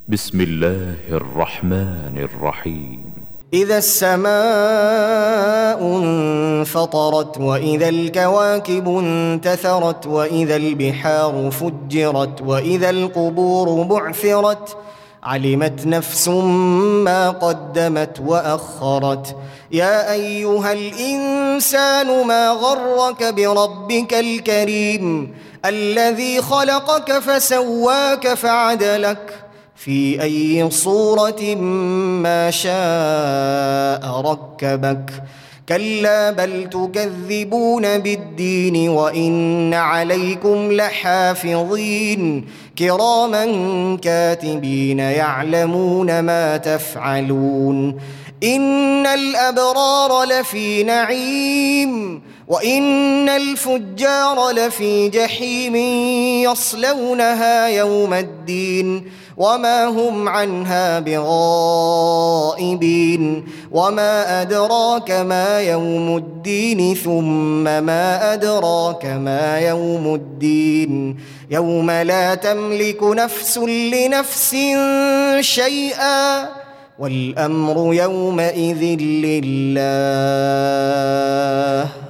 بسم الله الرحمن الرحيم. إذا السماء انفطرت وإذا الكواكب انتثرت وإذا البحار فجرت وإذا القبور بعثرت علمت نفس ما قدمت وأخرت. يا أيها الإنسان ما غرك بربك الكريم الذي خلقك فسواك فعدلك في أي صورة ما شاء ركبك. كلا بل تكذبون بالدين وإن عليكم لحافظين كراما كاتبين يعلمون ما تفعلون. إن الأبرار لفي نعيم وإن الفجار لفي جحيم يصلونها يوم الدين وما هم عنها بغائبين. وما أدراك ما يوم الدين ثم ما أدراك ما يوم الدين يوم لا تملك نفس لنفس شيئا والأمر يومئذ لله.